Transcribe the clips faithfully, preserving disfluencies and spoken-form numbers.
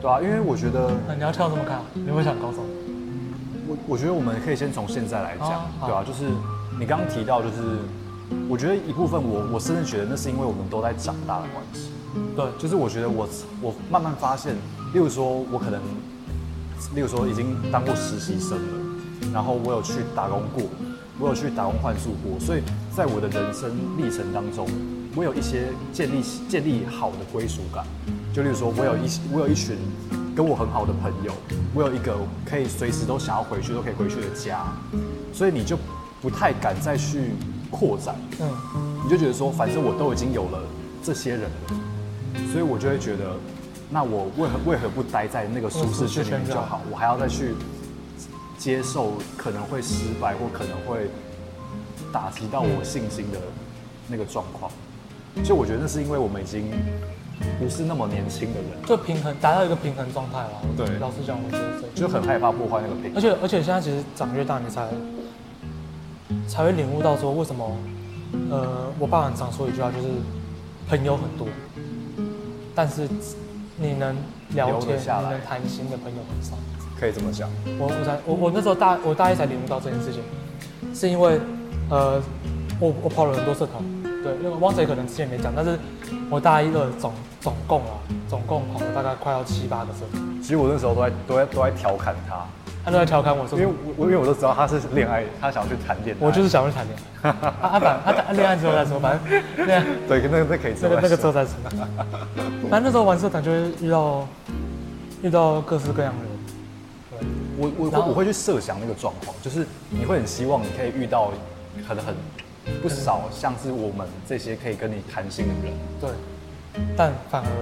对啊，因为我觉得， 那你要跳这么开啊？你会想高中？ 我我觉得我们可以先从现在来讲， 哦、 对啊，就是你刚刚提到，就是我觉得一部分我我甚至觉得那是因为我们都在长大的关系。 对， 就是我觉得我我慢慢发现，例如说我可能，例如说已经当过实习生了，然后我有去打工过，我有去打工换宿过，所以在我的人生历程当中，我有一些建立建立好的归属感。就例如说，我有一我有一群跟我很好的朋友，我有一个可以随时都想要回去都可以回去的家，所以你就不太敢再去扩展。嗯，你就觉得说，反正我都已经有了这些人了。所以我就会觉得，那我为何为何不待在那个舒适圈里面就好？我还要再去接受可能会失败或可能会打击到我信心的那个状况。就我觉得那是因为我们已经不是那么年轻的人， 就平衡达到一个平衡状态了。 对， 老实讲，我觉得就很害怕破坏那个平衡。 而且而且现在其实长越大，你才才会领悟到说为什么，呃，我爸很常说一句话，就是朋友很多。但是你能聊天、你能谈心的朋友很少， 可以这么讲。 我我才我我那时候大我大一才领悟到这件事情，是因为呃我我跑了很多社团，对，那个汪贼可能之前没讲，但是我大一的总总共啊总共跑了大概快要七八个社团。 其实我那时候都在都在都在调侃他， 他都在调侃我说， 因为我因为我都知道他是恋爱，他想要去谈恋爱， 我就是想要去谈恋爱。他他反他谈恋爱之后再说，反正恋爱对，那那可以那个那个之后再说。反正那时候玩社团就会遇到遇到各式各样的人。对， 我我会我会去设想那个状况，就是你会很希望你可以遇到很很不少像是我们这些可以跟你谈心的人。 对，但反而。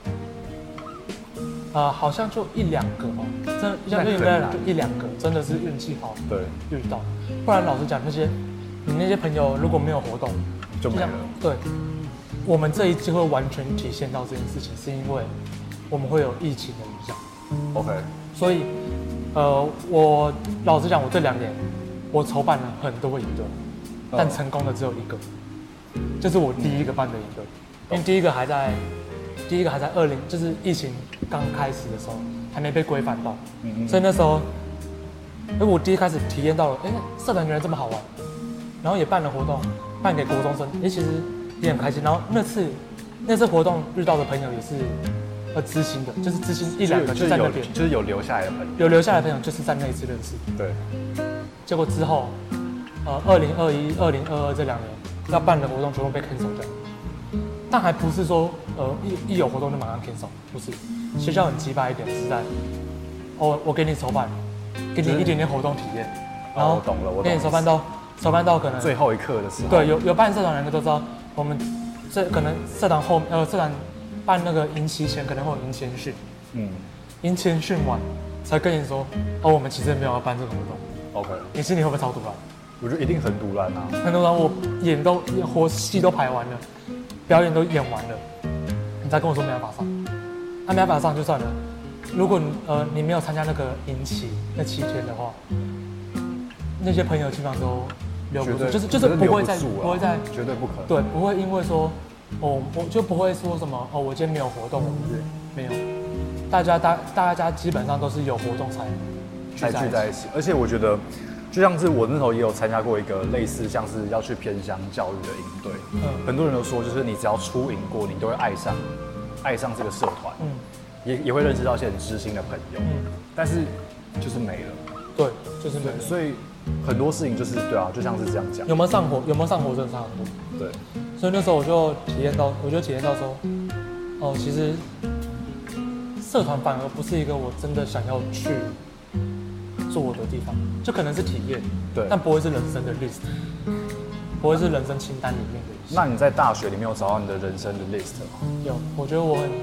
呃，好像就一两个哦，真的像运动就一两个，真的是运气好， 对， 遇到。不然老实讲，那些你那些朋友如果没有活动， 就没了。 对，我们这一季会完全体现到这件事情，是因为我们会有疫情的影响。 OK， 所以呃，我老实讲，我这两年我筹办了很多营队，但成功的只有一个，就是我第一个办的营队，因为第一个还在。第一个还在二零，就是疫情刚开始的时候，还没被规范到，嗯嗯所以那时候，哎，我第一开始体验到了，哎，社团原来这么好玩，然后也办了活动，办给国中生，哎，其实也很开心。然后那次，那次活动遇到的朋友也是，呃，知心的，就是知心一两个就在那边， 就是有留下来的朋友， 有留下来的朋友就是在那一次认识。 对。 结果之后，呃，二零二一、二零二二这两年要办的活动全部被 cancel 掉。但还不是说，呃，一一有活动就马上 cancel， 不是，学校很鸡巴一点是在，哦，我给你筹办，给你一点点活动体验，然后懂了，我给你筹办到筹办到可能最后一刻的时候， 对，有有办社团的人都知道，我们这可能社团后呃社团办那个营期前可能会有营前训，嗯，营前训完才跟你说，哦，我们其实没有要办这个活动 ，OK， 你心里会不会超毒辣？ 我觉得一定很毒辣啊， 很毒辣，我演都活戏都排完了。表演都演完了，你再跟我说没办法上，那、啊、没办法上就算了。如果你呃你没有参加那个营期那七天的话，那些朋友基本上都留不住，就是就是不会再、啊、不会再绝对不可能。 对，不会因为说哦我就不会说什么哦我今天没有活动我不约，没有，大家大大家基本上都是有活动才才聚在一起，而且我觉得。就像是我那时候也有参加过一个类似像是要去偏乡教育的营队，嗯，很多人都说就是你只要出营过，你都会爱上，爱上这个社团，嗯，也也会认识到一些很知心的朋友，嗯，但是就是没了， 对，就是没了， 所以很多事情就是对啊，就像是这样讲， 有没有上火，有没有上火真的差很多， 对， 所以那时候我就体验到，我就体验到说，哦，其实社团反而不是一个我真的想要去。做的地方，就可能是体验， 对， 但不会是人生的 list， 不会是人生清单里面的一些。 那你在大学里面有找到你的人生的 list 吗？ 有，我觉得我很，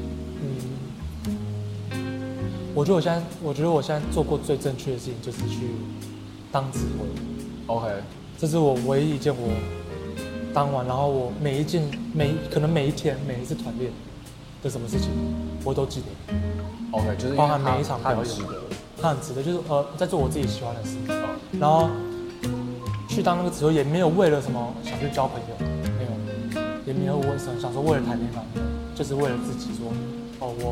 嗯，我觉得我现在，我觉得我现在做过最正确的事情就是去当指挥。 OK， 这是我唯一一件我当完，然后我每一件每可能每一天每一次团练的什么事情，我都记得。 OK， 就是包含每一场表演。他很值得，就是呃，在做我自己喜欢的事，然后去当那个指挥也没有为了什么想去交朋友，没有，也没有为什么想说为了谈恋爱，就是为了自己说，哦，我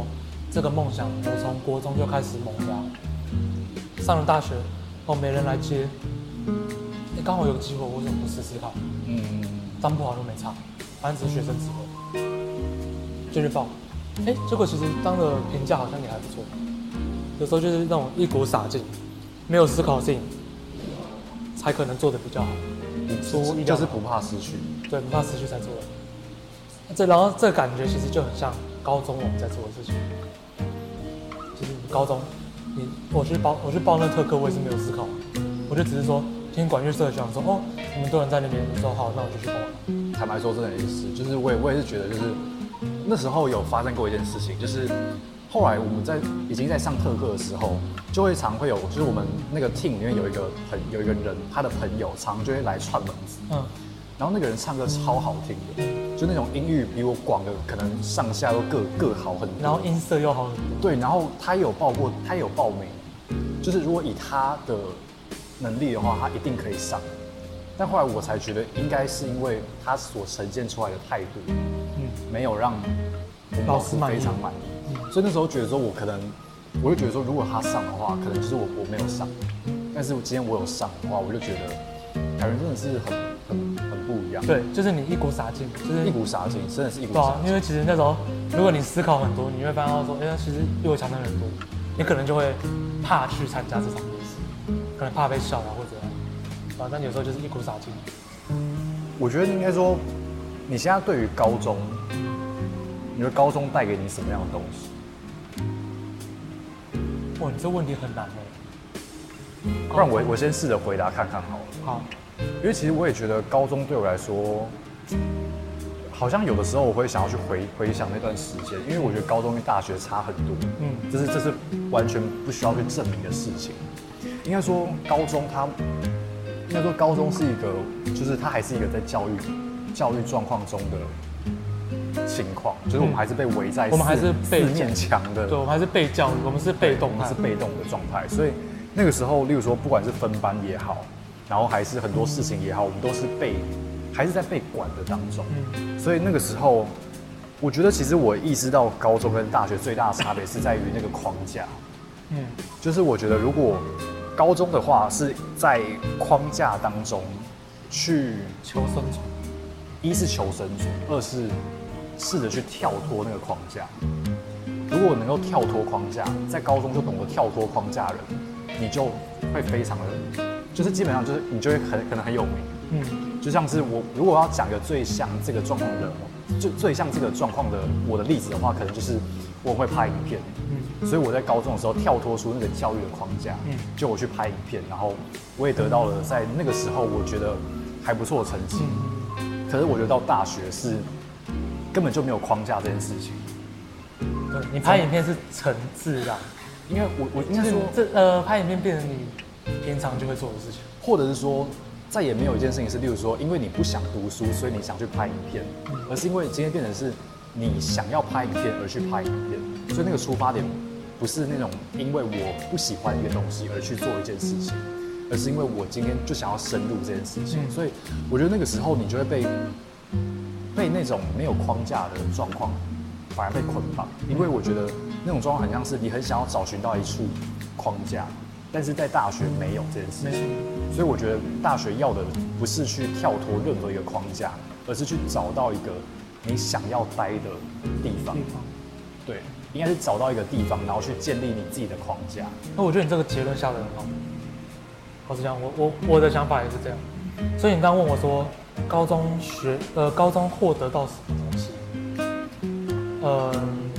这个梦想，我从国中就开始萌芽。上了大学，哦，没人来接，哎，刚好有机会，我为什么不试试看？嗯，当不好都没差，反正只是学生资格，就去报。哎，结果其实当的评价好像也还不错。有时候就是那种一股傻劲，没有思考性，才可能做得比较好。出意料就是不怕失去， 对，不怕失去才做的。这然后这感觉其实就很像高中我们在做的事情，就是高中，你我去报我去报那特课，我也是没有思考，我就只是说听管乐社的学长说，哦，你们多人在那边，我说好，那我就去报了。 坦白说，真的也是，就是我也我也是觉得，就是那时候有发生过一件事情，就是后来我们在已经在上特课的时候，就会常会有，就是我们那个 team 里面有一个朋有一个人，他的朋友常就会来串门子，嗯，然后那个人唱歌超好听的，就那种音域比我广的可能上下都各各好很多， 然后音色又好很多， 对，然后他也有报过，他也有报名，就是如果以他的能力的话，他一定可以上。但后来我才觉得，应该是因为他所呈现出来的态度，嗯，没有让老师非常满意，嗯，所以那时候觉得说，我可能，我就觉得说，如果他上的话，可能就是我我没有上，但是今天我有上的话，我就觉得感觉真的是很很很不一样。 对，就是你一股傻劲，就是一股傻劲，真的是一股傻劲。 对啊，因为其实那时候，如果你思考很多，你会发现到说，哎、欸，其实比我强的人很多，你可能就会怕去参加这场比赛，可能怕被笑啊或者。啊，但有时候就是一股傻劲。 我觉得应该说，你现在对于高中，你觉得高中带给你什么样的东西？ 哇，你这问题很难哎。 不然我我先试着回答看看好了。 好。 因为其实我也觉得高中对我来说，好像有的时候我会想要去回回想那段时间，因为我觉得高中跟大学差很多。嗯。这是这是完全不需要去证明的事情。应该说高中它。应该说，高中是一个，就是它还是一个在教育教育状况中的情况，就是我们还是被围在四、嗯、我们还是被四面墙的， 对，我们还是被教育，我们是被动， 我们是被动的状态。所以那个时候，例如说，不管是分班也好，然后还是很多事情也好，我们都是被还是在被管的当中。嗯，所以那个时候，我觉得其实我意识到高中跟大学最大的差别是在于那个框架。嗯，就是我觉得如果高中的话是在框架当中去求生存， 一是求生存，二是试着去跳脱那个框架。如果能够跳脱框架，在高中就懂得跳脱框架的人，你就会非常的，就是基本上就是你就会很可能很有名。嗯，就像是我如果要讲一个最像这个状况的，就最像这个状况的我的例子的话，可能就是我会拍影片。所以我在高中的时候跳脱出那个教育的框架，嗯，就我去拍影片，然后我也得到了在那个时候我觉得还不错的成绩。嗯、可是我觉得到大学是根本就没有框架这件事情。 对，你拍影片是成自然， 因为我我应该说这呃拍影片变成你平常就会做的事情， 或者是说再也没有一件事情是，例如说因为你不想读书，所以你想去拍影片，嗯、而是因为今天变成是你想要拍影片而去拍影片，所以那个出发点。不是那种因为我不喜欢一个东西而去做一件事情，而是因为我今天就想要深入这件事情，嗯、所以我觉得那个时候你就会被被那种没有框架的状况反而被捆绑，因为我觉得那种状况很像是你很想要找寻到一处框架，但是在大学没有这件事情，所以我觉得大学要的不是去跳脱任何一个框架，而是去找到一个你想要待的地方，对。应该是找到一个地方，然后去建立你自己的框架。 那我觉得你这个结论下得很好。老实讲，我我我的想法也是这样。所以你刚刚问我说，高中学呃高中获得到什么东西？呃，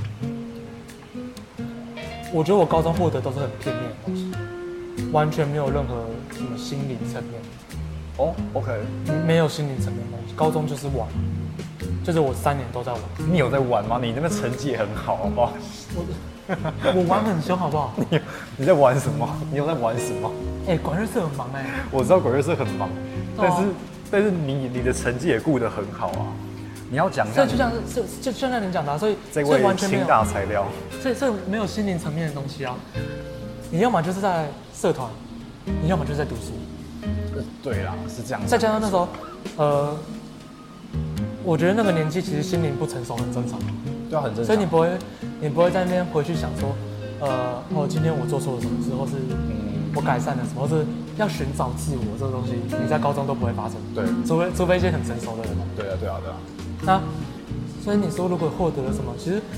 我觉得我高中获得都是很片面的东西，完全没有任何什么心灵层面。 哦 ，OK， 没有心灵层面的东西。高中就是玩。就是我三年都在玩， 你有在玩吗？你那边成绩也很好，好不好？ 我我玩很凶，好不好？ 你你在玩什么？你有在玩什么？ 哎、欸，管乐社很忙哎、欸。 我知道管乐社很忙，但是、哦、但是你你的成绩也顾得很好啊。你要讲， 所以就像是就就像你讲的、啊，所以这位清大材料， 所以这没有心灵层面的东西啊。你要么就是在社团，你要么就是在读书。 对啦，是这样。 再加上那时候，呃。 我觉得那个年纪其实心灵不成熟很正常， 对啊，很正常。 所以你不会，你不会在那边回去想说，呃，哦，今天我做错了什么事，或是我改善了什么，或是要寻找自我这个东西，你在高中都不会发生。对，除非除非一些很成熟的人。 对啊，对啊，对啊。 那所以你说如果获得了什么，其实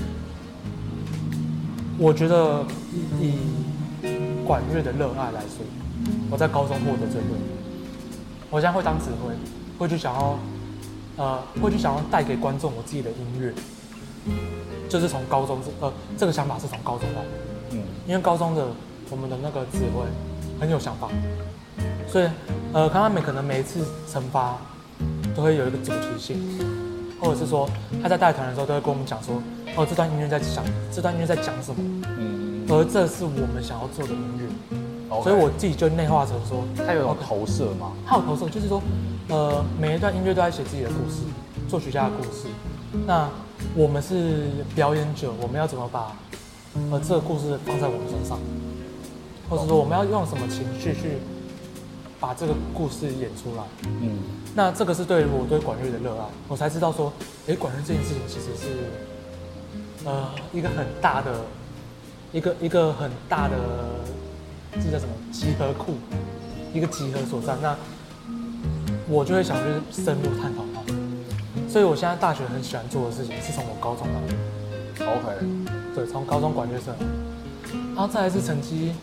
我觉得以以管乐的热爱来说，我在高中获得最多。我现在会当指挥，会去想要，呃，会去想要带给观众我自己的音乐，就是从高中这呃这个想法是从高中来的，嗯，因为高中的我们的那个指挥很有想法，所以呃他们可能每一次惩罚都会有一个主题性，或者是说他在带团的时候都会跟我们讲说，哦这段音乐在讲这段音乐在讲什么，嗯，而这是我们想要做的音乐。Okay. 所以我自己就内化成说， 它有种投射吗？ 它有投射，就是说，呃，每一段音乐都在写自己的故事，作曲家的故事。那我们是表演者，我们要怎么把呃这个故事放在我们身上，或者说我们要用什么情绪去把这个故事演出来？嗯，那这个是对于我对管乐的热爱，我才知道说，哎，管乐这件事情其实是呃一个很大的，一个一个很大的。这叫什么集合库，一个集合所在。那我就会想去深入探讨它。所以我现在大学很喜欢做的事情，是从我高中来的。 OK。 对，从高中管乐社，然后再来是成绩。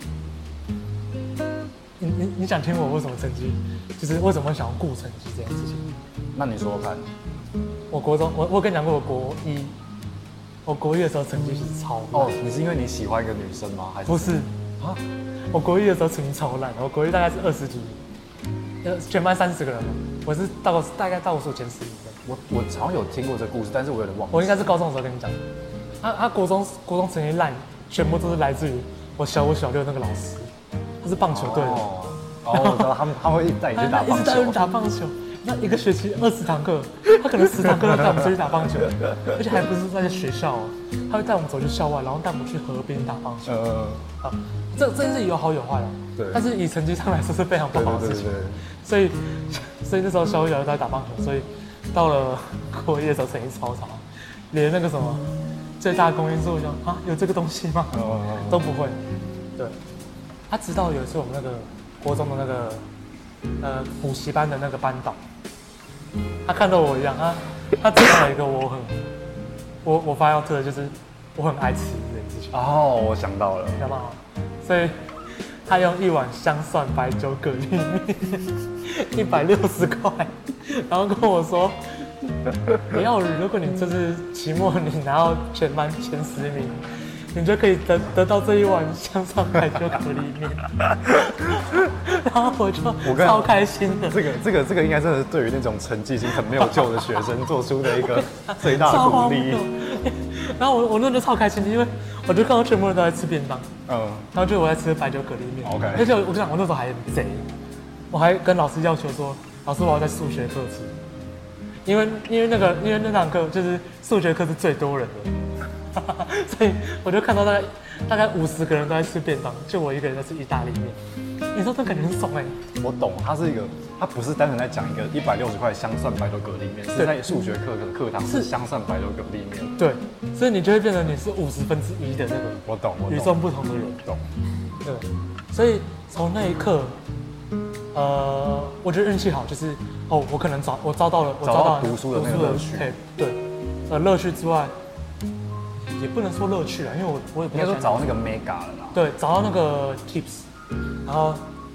你你你想听我为什么成绩？就是为什么想要顾成绩这件事情？ 那你说说看。 我国中，我我跟你讲过，我国一，我国一的时候成绩是超烂。 哦，你是因为你喜欢一个女生吗？还是不是啊？我国一的时候成绩超烂，我国一大概是二十几名，呃，全班三十个人嘛，我是倒大概倒数前十名的。 我我好像有听过这个故事，但是我有点忘了。 我应该是高中的时候跟你讲，他他国中国中成绩烂，全部都是来自于我小五小六那个老师，他是棒球队的。 哦，哦我知道他们他会一直带你去打棒球， 一直带我去打棒球。那一个学期二十堂课，他可能十堂课都带我们出去打棒球，而且还不是在学校哦，他会带我们走去校外，然后带我们去河边打棒球。呃，啊，这这件事有好有坏啊。对。但是以成绩上来说是非常不好的事情。对对对对。所以，所以那时候小五小六都在打棒球，所以到了国一的时候成绩超差，连那个什么最大公因数就啊有这个东西吗？哦都不会。对。他直到有一次我们那个国中的那个呃补习班的那个班导。他看到我一样，他他知道了一个我很我我发要特的就是我很爱吃这件事情。 哦，我想到了， 知道吗？所以他用一碗香蒜白酒蛤蜊面，一百六十块，然后跟我说，李耀宇，如果你这次期末你拿到全班前十名，你就可以得得到这一碗香蒜白酒蛤蜊面。然后我就超开心的。 这个这个这个应该真的是对于那种成绩已经很没有救的学生做出的一个最大的鼓励。 然后我我那就超开心的，因为我就看到全部人都在吃便当，嗯，然后就我在吃白酒蛤蜊面。 OK。 而且我跟你讲，我那时候还很贼，我还跟老师要求说，老师我要在数学课吃，因为因为那个因为那堂课就是数学课是最多人的，所以我就看到大概大概五十个人都在吃便当，就我一个人在吃意大利面。你说这感觉很爽哎！ 我懂，它是一个，它不是单纯在讲一个一百六十块香蒜白酒蛤蜊面，是在数学课的课堂是香蒜白酒蛤蜊面。 对，所以你就会变成你是五十分之一的那个， 我懂，我与众不同的人。 懂。 对，所以从那一刻，呃，我觉得运气好，就是哦，我可能找我招到了，我找到读书的那个乐趣。 对，呃，乐趣之外，也不能说乐趣啊，因为我我也不应该说找到那个 mega 了啦。 对，找到那个 tips。然后，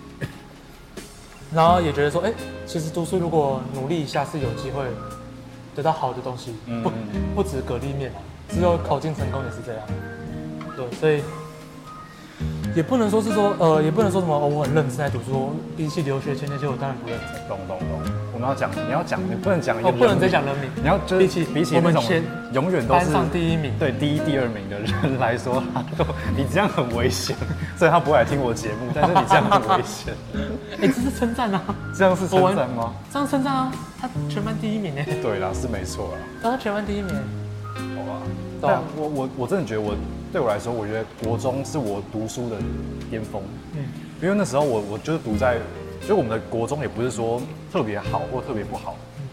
然后也觉得说，哎，其实读书如果努力一下是有机会得到好的东西，不不止蛤蜊面啊，只有考进成功也是这样。对，所以也不能说是说，呃，也不能说什么、哦、我很认真在读书，比起留学前那些我当然不认真。 懂懂懂。我们要讲，你要讲，你不能讲， 我、哦、不能再讲人名。 你要就是比起比起那种永远都是班上第一名， 对第一、第二名的人来说，他都你这样很危险。虽然他不会来听我节目，但是你这样很危险。 哎、欸，这是称赞啊！ 这样是称赞吗？ 这样称赞啊！他全班第一名哎。对啦，是没错啦。 他全班第一名。 好吧。但我我我真的觉得我对我来说，我觉得国中是我读书的巅峰。嗯。因为那时候我我就是读在。所以我们的国中也不是说特别好或特别不好，它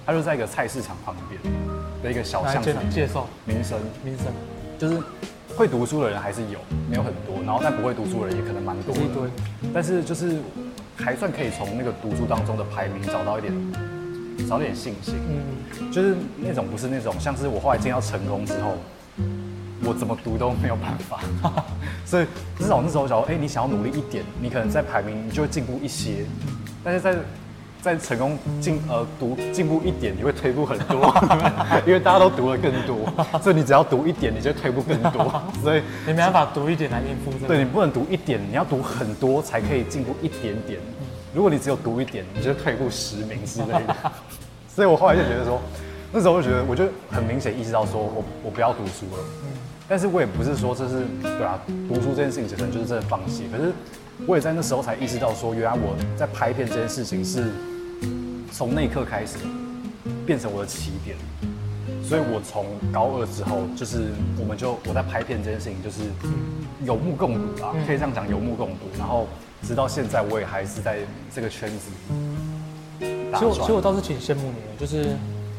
它就在一个菜市场旁边的一个小巷子。 介绍民生， 民生就是会读书的人还是有，没有很多，然后但不会读书的人也可能蛮多的。 一堆， 但是就是还算可以从那个读书当中的排名找到一点，找到一点信心。嗯，就是那种不是那种像是我后来见到成功之后，我怎么读都没有办法。所以至少那时候想说，哎、欸，你想要努力一点，你可能在排名你就会进步一些，但是在在成功进呃读进步一点，你会退步很多，因为大家都读了更多，所以你只要读一点，你就退步更多，所以你没办法读一点来应付这个。 对，你不能读一点，你要读很多才可以进步一点点。如果你只有读一点，你就退步十名之类的。所以我后来就觉得说，那时候我就觉得，我就很明显意识到说我我不要读书了。但是我也不是说这是对啊，读书这件事情可能就是真的放弃。可是我也在那时候才意识到说，原来我在拍片这件事情是从那一刻开始变成我的起点。所以我从高二之后，就是我们就我在拍片这件事情就是有目共睹啊，可以这样讲有目共睹。然后直到现在，我也还是在这个圈子打转。 其实我其实我倒是挺羡慕你的，就是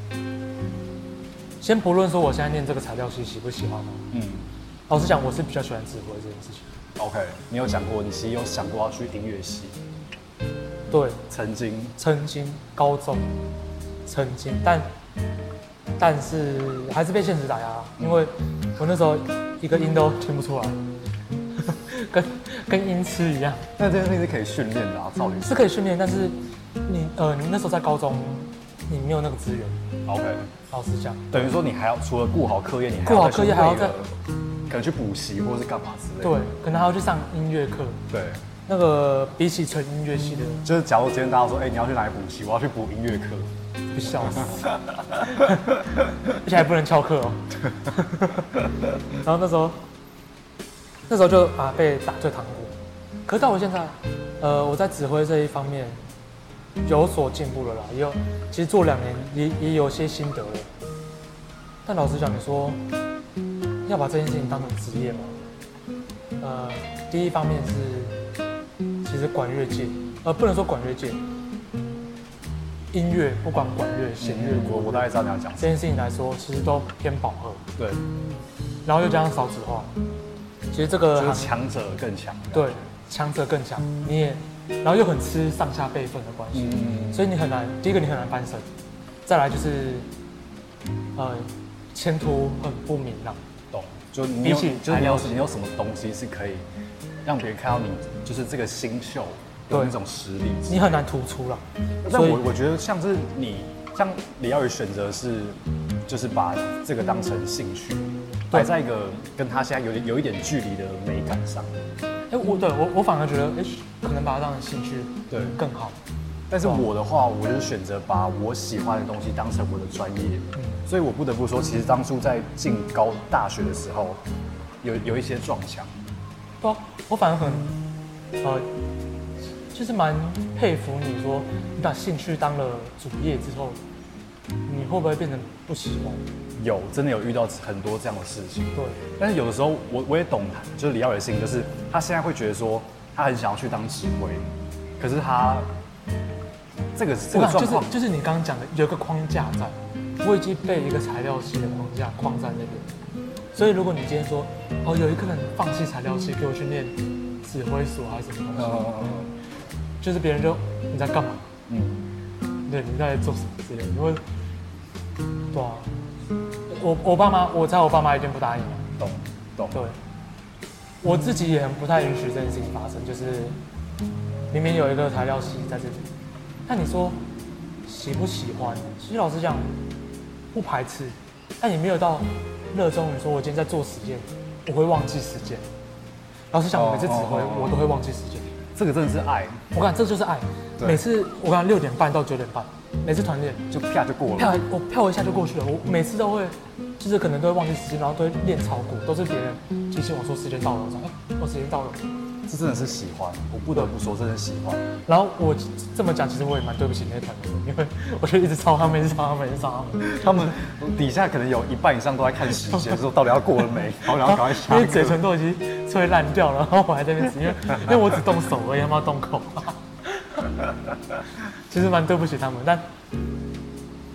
先不论说我现在念这个材料系喜不喜欢哦，嗯，老实讲，我是比较喜欢指挥这件事情。 OK， 你有讲过，你其实有想过要去音乐系？ 对， 曾经， 曾经高中，曾经，但但是还是被现实打压，因为我那时候一个音都听不出来，跟跟音痴一样。 那这件事情是可以训练的啊，照理是可以训练，但是你呃，你那时候在高中，你没有那个资源。 OK， 老实讲， 等于说你还要除了顾好课业，你还顾好课业还要再可能去补习或是干嘛之类的。 对，可能还要去上音乐课。 对， 那个比起纯音乐系的， 就是假如今天大家说，哎、欸，你要去哪里补习？我要去补音乐课， 被笑死，而且还不能翘课哦。然后那时候，那时候就啊被打最糖果。可是到我现在，呃，我在指挥这一方面有所进步了啦，也有，其实做两年也也有些心得了。但老实讲，你说要把这件事情当成职业吗？呃，第一方面是，其实管乐界，呃，不能说管乐界，音乐不管管乐、弦乐、 我我大概知道你要讲这件事情来说，其实都偏饱和。 对。 然后又加上少子化，其实这个就是强者更强。 对，强者更强，你也，然后又很吃上下辈分的关系，嗯、所以你很难，第一个你很难翻身，再来就是，呃，前途很不明朗。 懂，就你有，就是你有你有什么东西是可以让别人看到你，就是这个新秀有那种实力， 你很难突出啦。 但我我觉得像是你，像李耀宇选择是，就是把这个当成兴趣，摆在一个跟他现在有点有一点距离的美感上。 哎、欸，我对我我反而觉得，哎、欸，可能把它当成兴趣，对，更好。 但是我的话，我就是选择把我喜欢的东西当成我的专业，嗯、所以我不得不说，其实当初在进高大学的时候，有有一些撞墙。 对啊，我反而很，呃，就是蛮佩服你说，你把兴趣当了主业之后，你会不会变成不喜欢？ 有，真的有遇到很多这样的事情。 对， 但是有的时候我我也懂，就是李耀宇的心，就是他现在会觉得说，他很想要去当指挥，可是他这个这个状况， 就是就是你刚刚讲的有一个框架在，我已经被一个材料系的框架框在那边，所以如果你今天说，哦，有一个人放弃材料系给我去念指挥所还是什么东西，嗯、就是别人就你在干嘛？嗯，对，你在做什么之类的，因为对啊。我我爸妈，我猜我爸妈一定不答应。 懂懂。 对，我自己也很不太允许这件事情发生，就是明明有一个材料系在这里，但你说喜不喜欢？其实老实讲，不排斥，但也没有到热衷于说我今天在做实验，我会忘记时间。老实讲，我每次指挥我都会忘记时间。 这个真的是爱， 我感这就是爱。每次我刚六点半到九点半。每次团练就啪就过了， 啪我跳一下就过去了。我每次都会，就是可能都会忘记时间，然后都会练超过，都是别人提醒我说时间到了，我说哎，我时间到了。 这真的是喜欢，我不得不说，真的喜欢。 然后我这么讲，其实我也蛮对不起那些团员的，因为我就一直抄他们，一直抄他们，一直抄他们。 他们底下可能有一半以上都在看时间，说到底要过了没，然后然后赶快下。 因为嘴唇都已经吹烂掉了，然后我还在那边指，因为因为我只动手而已，他妈动口。其实蛮对不起他们，但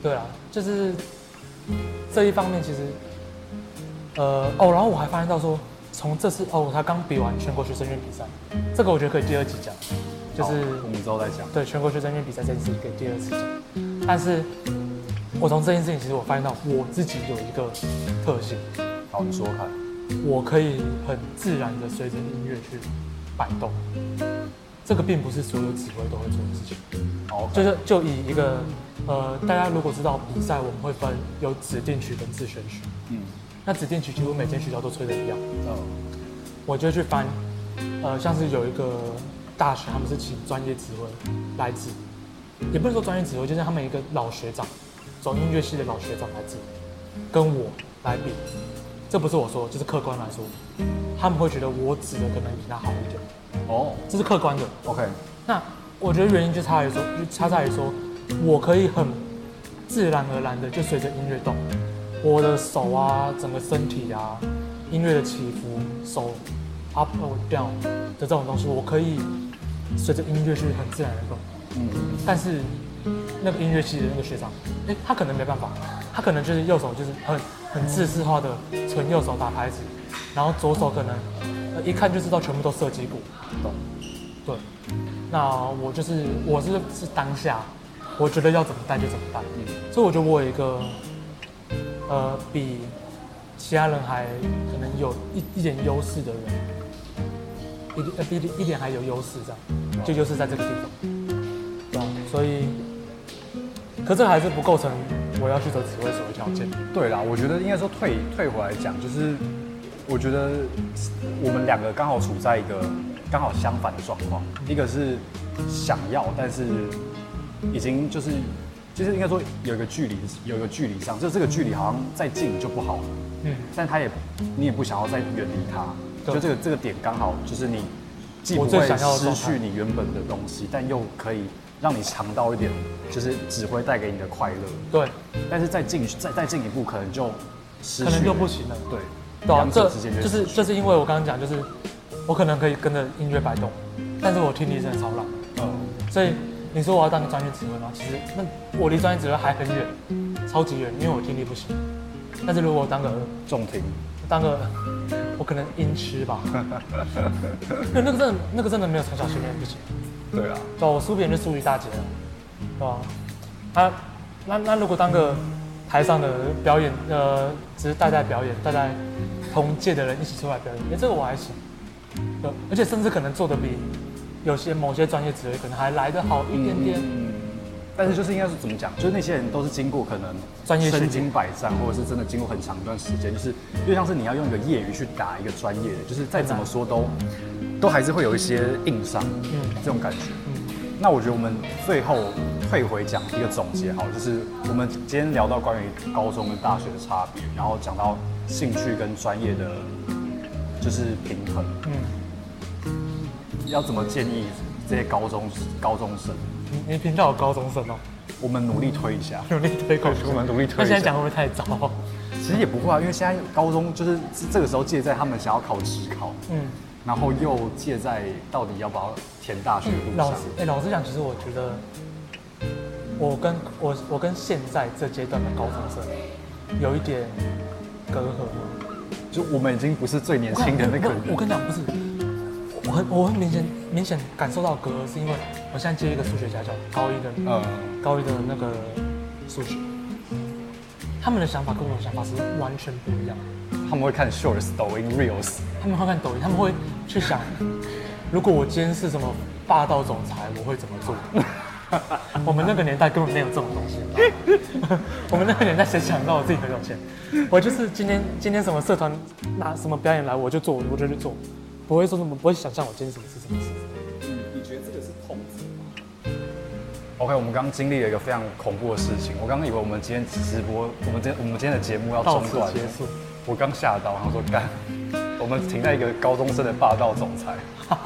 对啊，就是这一方面其实，呃哦，然后我还发现到说，从这次哦，我才刚比完全国学生运比赛，这个我觉得可以第二集讲，就是我们之后再讲。 对全国学生运比赛这件事情可以第二次讲，但是我从这件事情其实我发现到我自己有一个特性， 好，你说说看。 我可以很自然的随着音乐去摆动，这个并不是所有指挥都会做的事情。 哦， 就是就以一个呃，大家如果知道比赛，我们会分有指定曲跟自选曲。嗯，那指定曲几乎每间学校都吹的一样。嗯，我就去翻，呃，像是有一个大学，他们是请专业指挥来指，也不能说专业指挥，就是他们一个老学长，走音乐系的老学长来指，跟我来比。这不是我说，就是客观来说，他们会觉得我指的可能比他好一点。哦，这是客观的。 OK， 那我觉得原因就差在于说，就差在于说，我可以很自然而然的就随着音乐动，我的手啊，整个身体啊，音乐的起伏，手 up or down 的这种东西，我可以随着音乐去很自然的动。嗯，但是那个音乐系的那个学长，哎、欸，他可能没办法，他可能就是右手就是很很自式化的纯右手打拍子，然后左手可能、呃、一看就知道全部都设计鼓，懂？对，那我就是我是是当下，我觉得要怎么带就怎么带，嗯，所以我觉得我有一个呃比其他人还可能有一一点优势的人，一点呃比一点还有优势这样，就优势在这个地方，对，所以。可这还是不构成我要去走指挥所的条件。 对啦，我觉得应该说退退回来讲，就是我觉得我们两个刚好处在一个刚好相反的状况，一个是想要，但是已经就是就是应该说有一个距离，有一个距离上，就这个距离好像再近就不好了，嗯，但他也你也不想要再远离他，就这个这个点刚好就是你既不会失去你原本的东西，但又可以。让你尝到一点，就是指挥带给你的快乐。 对， 但是再进再再进一步，可能就失去， 可能就不行了。 对， 对啊，这就是就是因为我刚刚讲，就是我可能可以跟着音乐摆动，但是我听力真的超烂。嗯，所以你说我要当个专业指挥吗？其实那我离专业指挥还很远，超级远，因为我听力不行。但是如果我当个重听， 当个我可能音痴吧，那那个真的那个真的没有从小训练不行。 对啊， 对，我输别人就输一大截了，对吧？啊，那那如果当个台上的表演，呃，只是带带表演，带带同届的人一起出来表演，哎，这个我还行，对，而且甚至可能做的比有些某些专业指挥可能还来得好一点点。嗯， 但是就是应该是怎么讲，就是那些人都是经过可能专业身经百战，或者是真的经过很长一段时间，就是就像是你要用一个业余去打一个专业的，就是再怎么说都。都还是会有一些硬伤，嗯，这种感觉。嗯，那我觉得我们最后退回讲一个总结，好，就是我们今天聊到关于高中跟大学的差别，然后讲到兴趣跟专业的就是平衡。嗯，要怎么建议这些高中高中生？ 你你评价有高中生哦？ 我们努力推一下， 努力推高中， 我们努力推一下。 那现在讲会不会太早？ 其实也不会啊，因为现在高中就是这个时候介在他们想要考指考，嗯。然后又介在到底要不要填大学路上。 老师，哎，老实讲，其实我觉得，我跟我我跟现在这阶段的高中生有一点隔阂， 就我们已经不是最年轻的那个人。 我跟你讲，不是，我很我很明显明显感受到隔阂，是因为我现在接一个数学家教，高一的，呃，高一的那个数学，他们的想法跟我的想法是完全不一样。 他们会看 shorts、抖音、reels， 他们会看抖音，他们会去想，如果我今天是什么霸道总裁，我会怎么做？我们那个年代根本没有这种东西，我们那个年代谁想到我自己很有钱？我就是今天今天什么社团拿什么表演来，我就做，我就去做，不会说什么，不会想象我今天什么事什么事。 嗯，你觉得这个是痛苦吗 ？OK， 我们刚刚经历了一个非常恐怖的事情，我刚刚以为我们今天直播，我们今我们今天的节目要中断结束。 我刚吓到，然后说干，我们停在一个高中生的霸道总裁。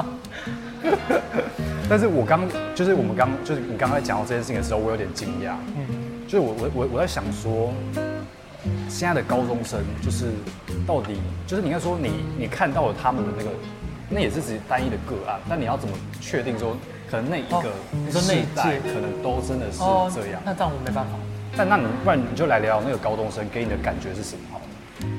但是我刚就是我们刚就是你刚才讲到这件事情的时候，我有点惊讶。嗯，就是我我我我在想说，现在的高中生就是到底就是你应该说你你看到了他们的那个，那也是只是单一的个案，但你要怎么确定说可能那一个世代可能都真的是这样？ 哦、那这样我没办法。 但那你不然你就来聊聊那个高中生给你的感觉是什么好了？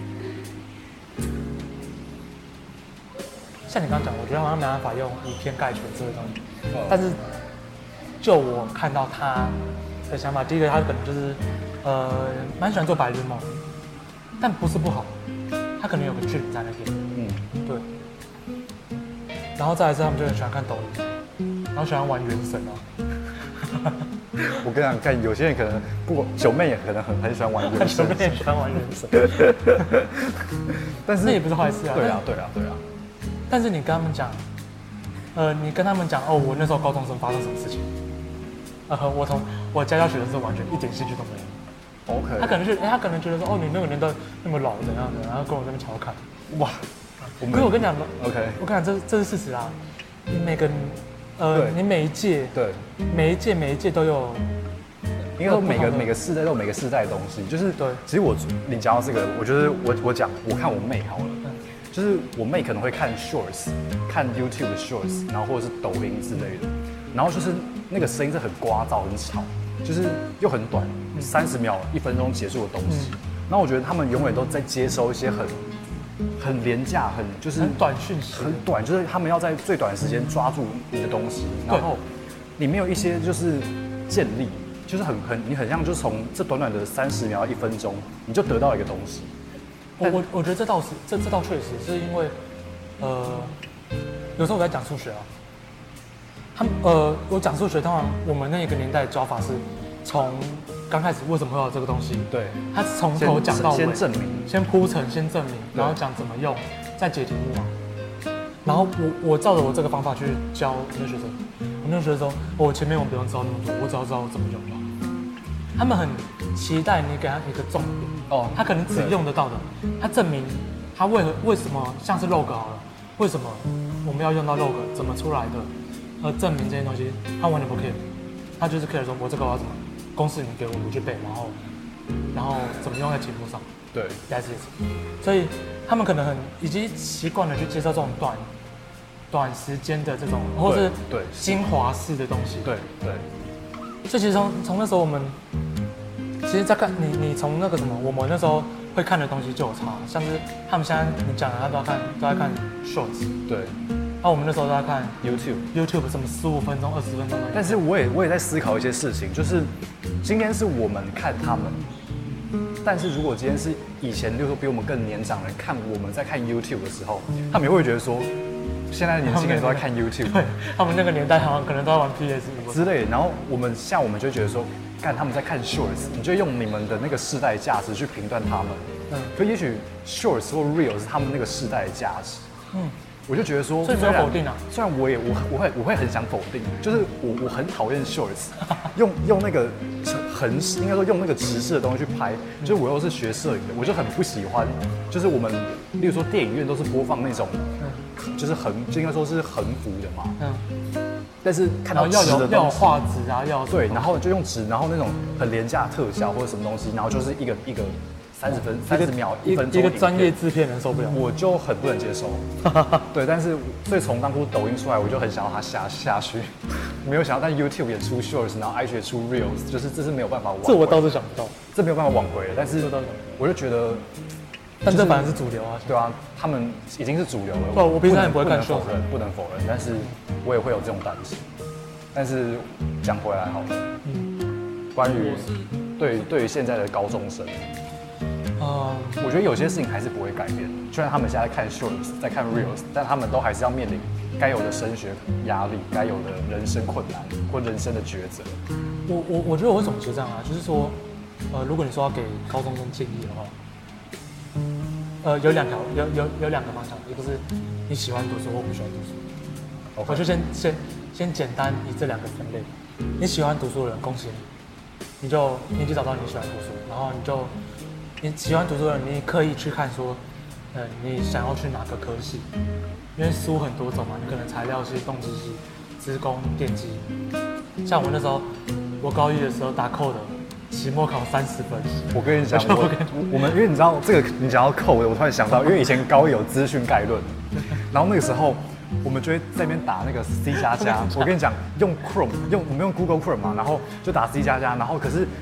像你刚刚讲，我觉得好像没办法用以偏概全这个东西， 嗯、 但是就我看到他的想法，第一个他可能就是呃蛮喜欢做白日梦，但不是不好，他可能有个距离在那边，嗯，对。然后再来是他们就很喜欢看抖音，然后喜欢玩原神啊。 我跟你讲，看有些人可能不，九妹也可能很很喜欢玩原神， 九妹也喜欢玩原神， 但是那也不是坏事啊。 对啊，对啊，对啊。 但是你跟他们讲，呃，你跟他们讲哦，我那时候高中生发生什么事情，呃，我从我家教学的时候完全一点兴趣都没有。 OK。 他可能是，哎，他可能觉得说，哦，你那个年代那么老怎样的，然后跟我在那边调侃，哇。可是我跟你讲 ，OK， 我跟你讲，这这是事实啊。你每个，呃，你每一届， 对， 每一届每一届都有， 应该说每个每个世代都有每个世代的东西，就是对。 其实我你讲到这个，我觉得我我讲，我看我妹好了，嗯、就是我妹可能会看 shorts， 看 YouTube 的 shorts， 然后或者是抖音之类的，然后就是那个声音是很聒噪、很吵，就是又很短，三十秒、一分钟结束的东西。嗯、然后我觉得他们永远都在接收一些很。很廉价，很就是很短讯息， 很短，就是他们要在最短的时间抓住你的东西，然后你没有一些就是建立，就是很很你很像就是从这短短的三十秒一分钟，你就得到一个东西。 我我我觉得这倒是这这倒确实是因为，呃，有时候我在讲数学啊，他们呃我讲数学，通常我们那个年代的教法是从刚开始为什么会有这个东西？ 对， 他从头讲到尾， 先证明， 先铺陈，先证明，然后讲怎么用，再解题目嘛。然后我我照着我这个方法去教我那学生，我那学生说，我前面我不用知道那么多，我只要知道怎么用就好。他们很期待你给他一个重点哦，他可能只用得到的，他证明他为何为什么像是 log 好了，为什么我们要用到 log 怎么出来的，而证明这些东西，他完全不 care， 他就是 care 说我这个我要怎么。公式你给我，我去背，然后，然后怎么用在题目上？ 对 ，that's it。所以他们可能很已经习惯了去接受这种短、短时间的这种，或是对精华式的东西。 对对。 所以其实从从那时候我们，其实在看你你从那个什么，我们那时候会看的东西就有差，像是他们现在你讲的，他都要看都在看 shorts。 对。 那、啊、我们那时候都在看 YouTube，YouTube YouTube 什么十五分钟、二十分钟的。 但是我也我也在思考一些事情，就是今天是我们看他们，但是如果今天是以前，例如说比我们更年长人看我们在看 YouTube 的时候，他们也会觉得说，现在的年轻人都在看 YouTube， 对，他们那个年代好像可能都在玩 P S 五之类的。然后我们像我们就会觉得说，干他们在看 Shorts， 你就用你们的那个世代价值去评断他们。嗯，可也许 Shorts 或 Reels 是他们那个世代的价值。嗯。我就觉得说， 所以没有否定啊。 虽然我也我我会我会很想否定，就是我我很讨厌 shorts， 用用那个横应该说用那个直视的东西去拍，就是我又是学摄影的，我就很不喜欢，就是我们例如说电影院都是播放那种，就是横就应该说是横幅的嘛，嗯，但是看到要有要有画质啊，要对，然后就用纸，然后那种很廉价的特效或者什么东西，然后就是一个一个。三十分、三十秒、一分钟， 一个专业制片人受不了， 我就很不能接受。对，但是所以从当初抖音出来，我就很想要它下下去，没有想到，但 YouTube 也出 Shorts， 然后 I G 也出 Reels， 就是这是没有办法挽回。 这我倒是想不到， 这没有办法挽回了。但是我就觉得， 但这反而是主流啊。 对啊，他们已经是主流了。 对，我平常也不会看 Shorts， 不能否认，但是我也会有这种担心。但是讲回来好了，嗯，关于对对于现在的高中生。嗯，我觉得有些事情还是不会改变。虽然他们现在看 shorts， 在看 reels， 但他们都还是要面临该有的升学压力，该有的人生困难或人生的抉择。 我我我觉得我会总结这样啊，就是说，呃，如果你说要给高中生建议的话，呃，有两条，有有有两个方向，一个是你喜欢读书或不喜欢读书。Okay. 我就先先先简单以这两个分类。你喜欢读书的人，恭喜你，你就你就找到你喜欢读书，然后你就。你喜欢读书的人，你刻意去看说，呃，你想要去哪个科系？因为书很多种嘛，你可能材料系、动机系、资工、电机。像我那时候，我高一的时候打扣的，期末考三十分。 我跟你讲，我我们因为你知道这个，你讲到扣的，我突然想到，因为以前高一有资讯概论，然后那个时候我们就会在那边打那个 C 加加。我跟你讲，用 Chrome， 用我们用 Google Chrome 嘛，然后就打 C 加加，然后可是。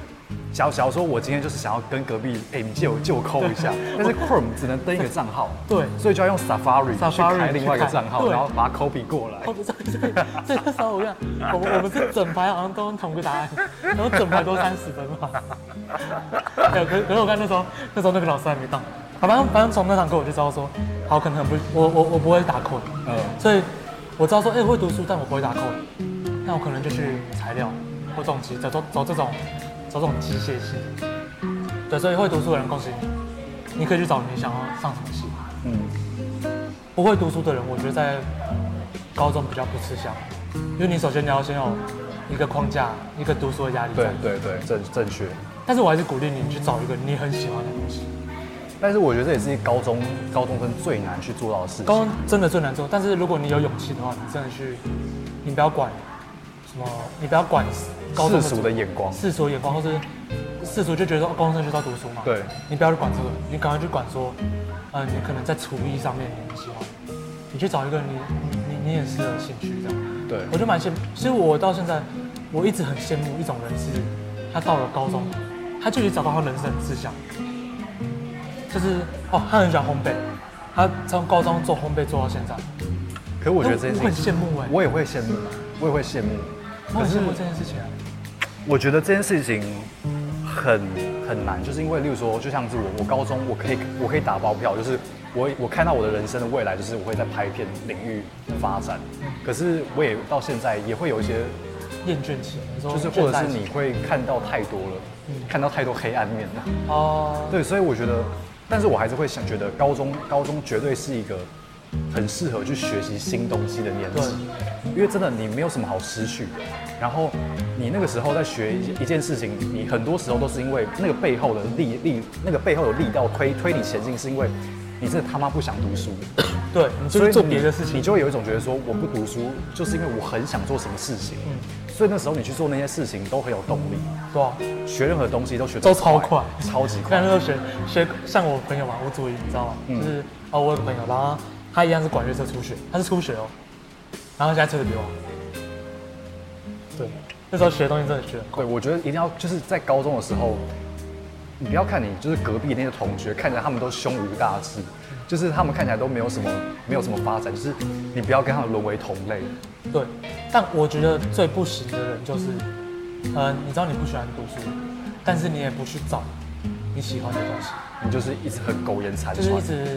假假如说我今天就是想要跟隔壁，哎、欸，你借我借我扣一下，但是 Chrome 只能登一个账号， 对， 所以就要用 Safari, Safari 去开另外一个账号， 对然后把它 copy 过来。 哦，所以所以那时候我看，我们我们是整排好像都用同个答案，然后整排都三十分嘛。哎，可可是我看那时候那时候那个老师还没到，好，反正反正从那堂课我就知道说，好，可能不我我我不会打 code，嗯，所以我知道说，哎、欸，我会读书，但我不会打 code，那我可能就去材料或重机，走走走这种走这种机械系。对，所以会读书的人，恭喜你，你可以去找你想要上什么系。嗯，不会读书的人，我觉得在高中比较不吃香，因为你首先你要先有一个框架，一个读书的压力。 对对对，正正确。 但是我还是鼓励你去找一个你很喜欢的东西。 但是我觉得这也是高中高中生最难去做到的事情。 高中真的最难做，但是如果你有勇气的话，你真的去，你不要管什么，你不要管高中世俗的眼光， 世俗的眼光，或是世俗就觉得说高中生就是要读书嘛。 对， 你不要去管这个，你赶快去管说，呃，你可能在厨艺上面你很喜欢，你去找一个你你你也适合兴趣这样。 对， 我就蛮羡慕。其实我到现在，我一直很羡慕一种人是，他到了高中，他就已经找到他人生的志向。就是哦，他很喜欢烘焙，他从高中做烘焙做到现在。 可是我觉得这件事情， 我很羡慕哎， 我也会羡慕，我也会羡慕。 我很羡慕这件事情啊。 我觉得这件事情很很难，就是因为例如说，就像是我，我高中我可以我可以打包票，就是我我看到我的人生的未来，就是我会在拍片领域发展。可是我也到现在也会有一些厌倦期， 就是或者是你会看到太多了，嗯、看到太多黑暗面了。哦，对，所以我觉得。但是我还是会想觉得高中高中绝对是一个很适合去学习新东西的年纪，因为真的你没有什么好失去的。然后你那个时候在学一件事情，你很多时候都是因为那个背后的力力，那个背后有力道推推你前进，是因为你真的他妈不想读书。 对，你就做别的事情， 你就会有一种觉得说我不读书，就是因为我很想做什么事情。嗯，所以那时候你去做那些事情都很有动力。 对啊， 学任何东西都学都超快， 超级快。 那时候学学像我朋友嘛，吴祖仪，你知道吗？嗯、就是哦，我有个朋友，然后他一样是管乐社初学，他是初学哦，然后现在吹得比我好。对，那时候学的东西真的学很快。 对，我觉得一定要就是在高中的时候，你不要看你就是隔壁那些同学，看起来他们都胸无大志。就是他们看起来都没有什么，没有什么发展，就是你不要跟他们沦为同类。 对，但我觉得最不行的人就是，呃，你知道你不喜欢读书，但是你也不去找你喜欢的东西， 你就是一直很苟延残喘， 就是一直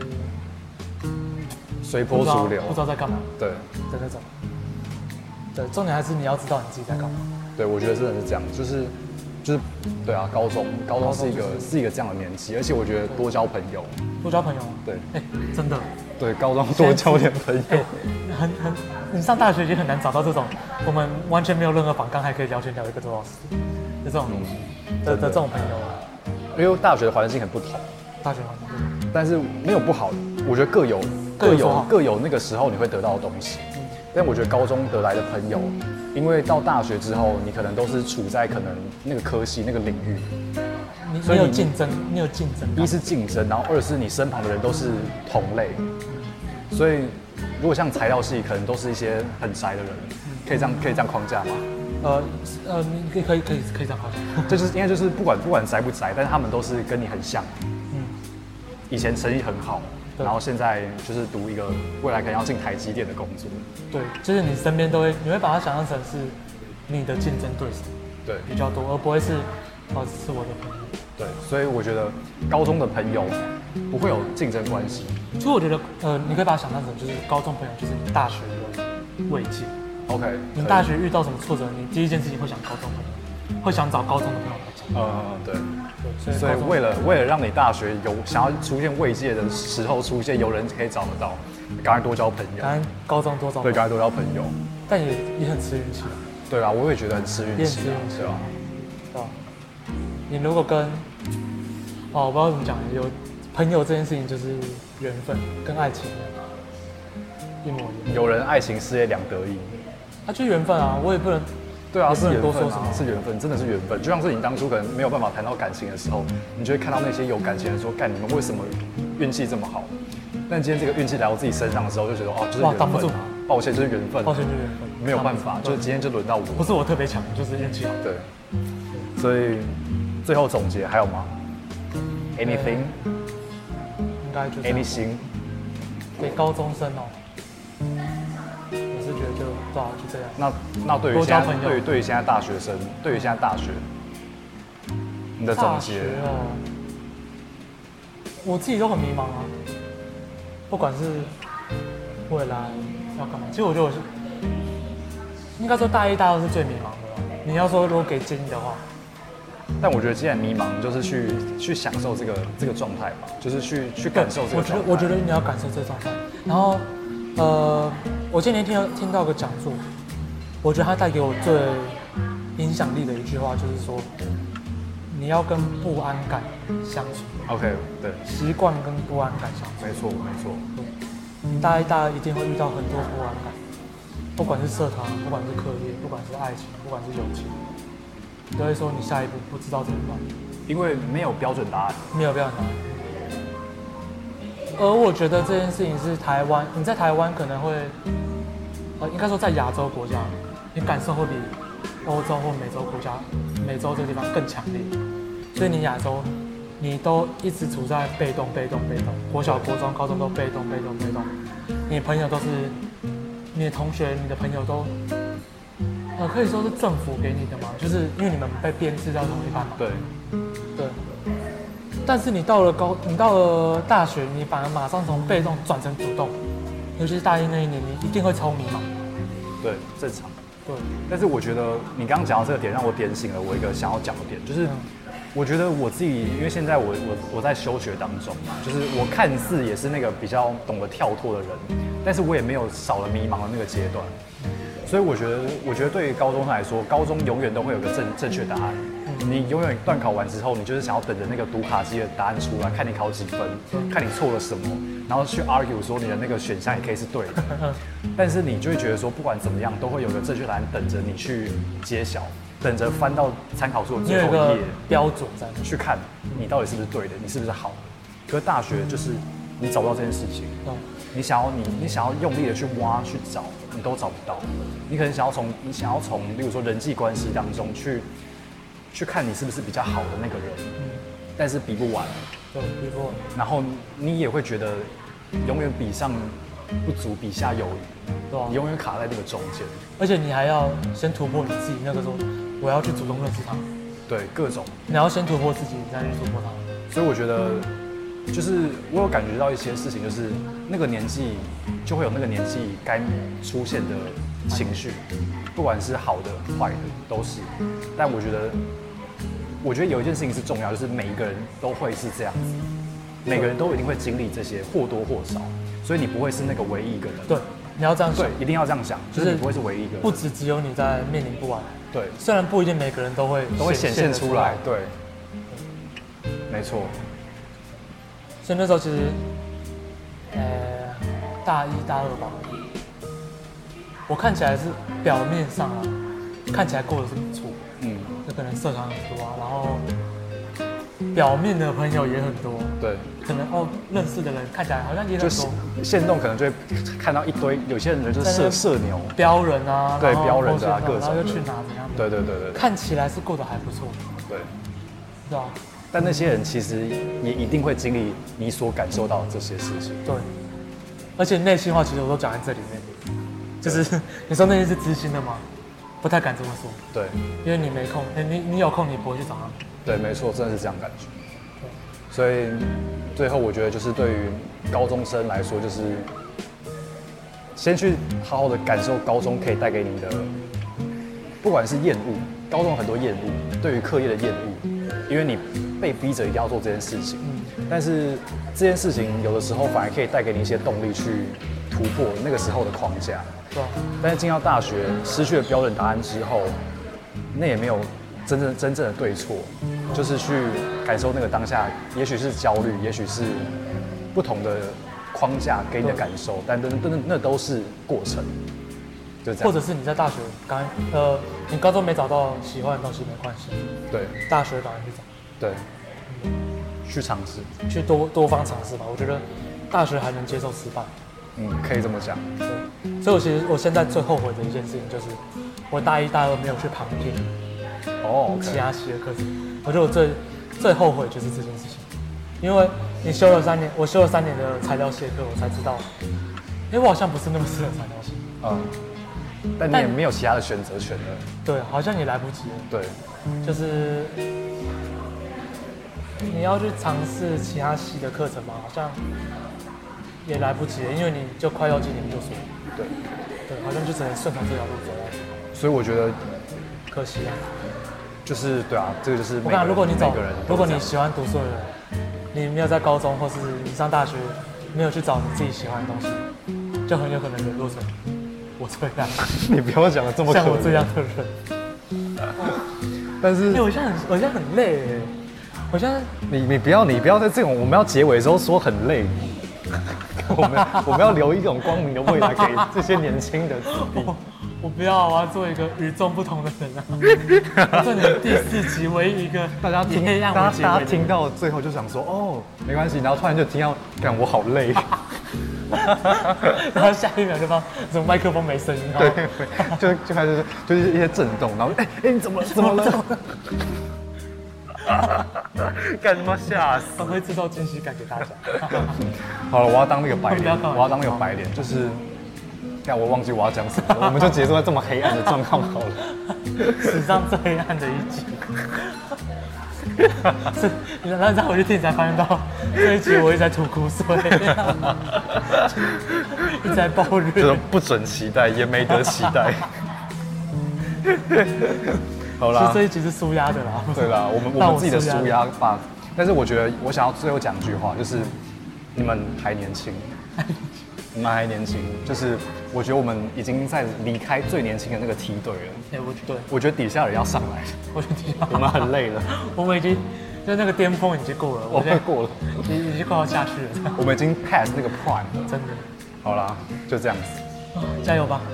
随波逐流， 不知道在干嘛， 对的那种。对，重点还是你要知道你自己在干嘛。 对，我觉得真的是这样，就是就是，对啊，高中高中是一个、就是、是一个这样的年纪，而且我觉得多交朋友。 多交朋友， 对， 哎、欸，真的， 对，高中多交点朋友，欸、 很很，你上大学已经很难找到这种我们完全没有任何访纲还可以聊天聊一个多小时的这种的的这种朋友， 因为大学的环境很不同， 大学环境， 但是没有不好，我觉得各有各有各有那个时候你会得到的东西，嗯、但我觉得高中得来的朋友，因为到大学之后，你可能都是处在可能那个科系那个领域。 你你有竞争，你有竞争。 一是竞争，然后二是你身旁的人都是同类，所以如果像材料系，可能都是一些很宅的人，可以这样可以这样框架吗？ 呃呃，你可以可以可以可以这样框架。 就是应该就是不管不管宅不宅，但是他们都是跟你很像。嗯。以前成绩很好，然后现在就是读一个未来可能要进台积电的工作。 对，就是你身边都会，你会把它想象成是你的竞争对手， 对， 比较多，而不会是哦是我的朋友。 对，所以我觉得高中的朋友不会有竞争关系。 所以我觉得，呃，你可以把它想象成就是高中朋友就是你大学的慰藉。 OK。 你大学遇到什么挫折，你第一件事情会想高中朋友，会想找高中的朋友来讲。 嗯，对。 对， 所以为了为了让你大学有想要出现慰藉的时候出现，有人可以找得到，赶快多交朋友。 赶快高中多找。 对，赶快多交朋友。 但也也很吃运气。 对啊，我也觉得很吃运气。 也很吃运气啊。 对吧？你如果跟哦，我不知道怎么讲，有朋友这件事情就是缘分，跟爱情一模一样。 有人爱情事业两得意， 啊，就是缘分啊，我也不能， 对啊，是缘分啊， 是缘分，真的是缘分。就像是你当初可能没有办法谈到感情的时候，你就会看到那些有感情的说，干你们为什么运气这么好？但今天这个运气来到自己身上的时候，就觉得哦，就是缘分啊，抱歉，就是缘分， 抱歉就是缘分， 没有办法，就是今天就轮到我， 不是我特别强，就是运气好。 对，所以。 最后总结还有吗 ？Anything？ 应该就 anything？ 给高中生哦，我是觉得就对啊，就这样。 那那对于现在对于对于现在大学生，对于现在大学，你的总结哦，我自己都很迷茫啊，不管是未来要干嘛，其实我觉得我是应该说大一大二是最迷茫的了。你要说如果给建议的话。 但我觉得既然迷茫，就是去去享受这个这个状态嘛，就是去去感受这个状态。 我觉得我觉得你要感受这个状态。然后，呃，我今天听到听到个讲座，我觉得他带给我最影响力的一句话就是说，你要跟不安感相处。 OK， 对， 习惯跟不安感相处。 没错没错。 你大一大二一定会遇到很多不安感，不管是社团，不管是课业，不管是爱情，不管是友情。都会说你下一步不知道怎么办， 因为没有标准答案， 没有标准答案。而我觉得这件事情是台湾，你在台湾可能会，呃，应该说在亚洲国家，你感受会比欧洲或美洲国家、美洲这个地方更强烈。所以你亚洲，你都一直处在被动、被动、被动，国小、国中、高中都被动、被动、被动。你的朋友都是，你的同学、你的朋友都。呃，可以说是政府给你的嘛，就是因为你们被编制到同一班嘛。 对， 对。但是你到了高，你到了大学，你反而马上从被动转成主动，尤其是大一那一年，你一定会超迷茫。 对，正常。 对。 但是我觉得你刚刚讲到这个点，让我点醒了我一个想要讲的点，就是、嗯、我觉得我自己，因为现在我我我在休学当中嘛，就是我看似也是那个比较懂得跳脱的人，但是我也没有少了迷茫的那个阶段。所以我觉得，我觉得对于高中生来说，高中永远都会有个正正确答案。嗯、你永远段考完之后，你就是想要等着那个读卡机的答案出来，看你考几分，嗯、看你错了什么，然后去 argue 说你的那个选项也可以是对的。但是你就会觉得说，不管怎么样，都会有个正确答案等着你去揭晓，等着翻到参考书的最后一页标准在去看你到底是不是对的，你是不是好的。可是大学就是你找不到这件事情。嗯你想要你你想要用力的去挖去找，你都找不到。你可能想要从你想要从，例如说人际关系当中去去看你是不是比较好的那个人，嗯、但是比不完， 对，比不完。 然后你也会觉得永远比上不足，比下有余，对、啊，你永远卡在那个中间。 而且你还要先突破你自己，那个时候我要去主动认识他。 对，各种你要先突破自己，你再去突破他。 所以我觉得。就是我有感觉到一些事情，就是那个年纪就会有那个年纪该出现的情绪，不管是好的坏的都是。但我觉得，我觉得有一件事情是重要，就是每一个人都会是这样子，每个人都一定会经历这些，或多或少。所以你不会是那个唯一一个人。 对，你要这样想， 对，一定要这样想，就是你不会是唯一一个人。 不只只有你在面临不安。 对， 虽然不一定每个人都会都会显现出来，对，没错。 所以那时候其实，呃，大一大二吧，我看起来是表面上啊，看起来过得是不错，嗯，就可能社团很多啊，然后表面的朋友也很多， 对， 可能哦认识的人看起来好像也很多， 就限动可能就会看到一堆，有些人就是社社牛， 标人啊， 对，标人的啊，各种， 然后又去哪怎样， 对对对对， 看起来是过得还不错， 对， 对吧？ 但那些人其实也一定会经历你所感受到的这些事情。 对，而且内心话其实我都讲在这里面，就是你说那些是知心的吗？不太敢这么说。 对， 因为你没空，你你有空你不会去找他们。 对，没错，真的是这样感觉。对，所以最后我觉得就是对于高中生来说，就是先去好好的感受高中可以带给你的，不管是厌恶，高中有很多厌恶，对于课业的厌恶，因为你被逼着一定要做这件事情，嗯、但是这件事情有的时候反而可以带给你一些动力去突破那个时候的框架。 对、啊。 但是进到大学，失去了标准答案之后，那也没有真正真正的对错，嗯、就是去感受那个当下，也许是焦虑，也许是不同的框架给你的感受，但那那那都是过程。就这样。 或者是你在大学刚呃，你高中没找到喜欢的东西没关系， 对， 大学赶快去找。 对，嗯、去尝试， 去多多方尝试吧。我觉得大学还能接受失败， 嗯，可以这么讲。 对，所以我其实我现在最后悔的一件事情就是，我大一大二没有去旁听哦、oh, okay. 其他系的课程， 我觉得我最最后悔就是这件事情，因为你修了三年，我修了三年的材料系的课，我才知道，哎，我好像不是那么适合材料系。 嗯，但你也没有其他的选择权了。 对，好像也来不及了。 对，就是你要去尝试其他系的课程嘛，好像也来不及了，因为你就快要进研究所。 对， 对，好像就只能顺从这条路走下去。 所以我觉得可惜啊。 就是对啊，这个就是我看，如果你走， 人如果你喜欢读书的人，你没有在高中或是你上大学没有去找你自己喜欢的东西，就很有可能沦落成我这样。 你不要讲的这么像我这样的人。 但是， 因为我现在很，我现在很累哎，我现在你你不要你不要在这种我们要结尾的时候说很累。我们我们要留一种光明的未来给这些年轻的子弟。 我, 我不要，我要做一个与众不同的人啊！这你第四集唯一一个大家听，大家大家听到最后就想说哦，没关系，然后突然就听到，干我好累， 然后下一秒就发怎么麦克风没声音？ 对，就就开始就是一些震动，然后哎哎你怎么怎么了？干他妈吓死！ 我会制造惊喜感给大家。 好了，我要当那个白脸，我要当那个白脸，就是，干我忘记我要讲什么了，我们就结束在这么黑暗的状况好了。 史上最黑暗的一集。是，然后再回去听才发现到这一集我一直在吐苦水，一直在抱怨， 就是不准期待，也没得期待。好啦， 其实这一集是舒压的啦。 对啦，我们我们自己的舒压吧。但是我觉得，我想要最后讲一句话，就是你们还年轻，你们还年轻，就是我觉得我们已经在离开最年轻的那个梯队了。 哎，我对， 我觉得底下人要上来， 我觉得底下我们很累了， 我们已经就那个巅峰已经过了， 我们过了， 已已经快要下去了。 我们已经 pass 那个 prime 了， 真的。 好啦，就这样子， 加油吧！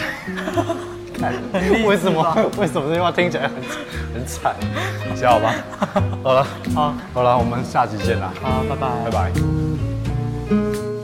为什么？为什么这句话听起来很很惨？加油吧！好了， 好， 好了，我们下集见啦！ 好，拜拜， 拜拜。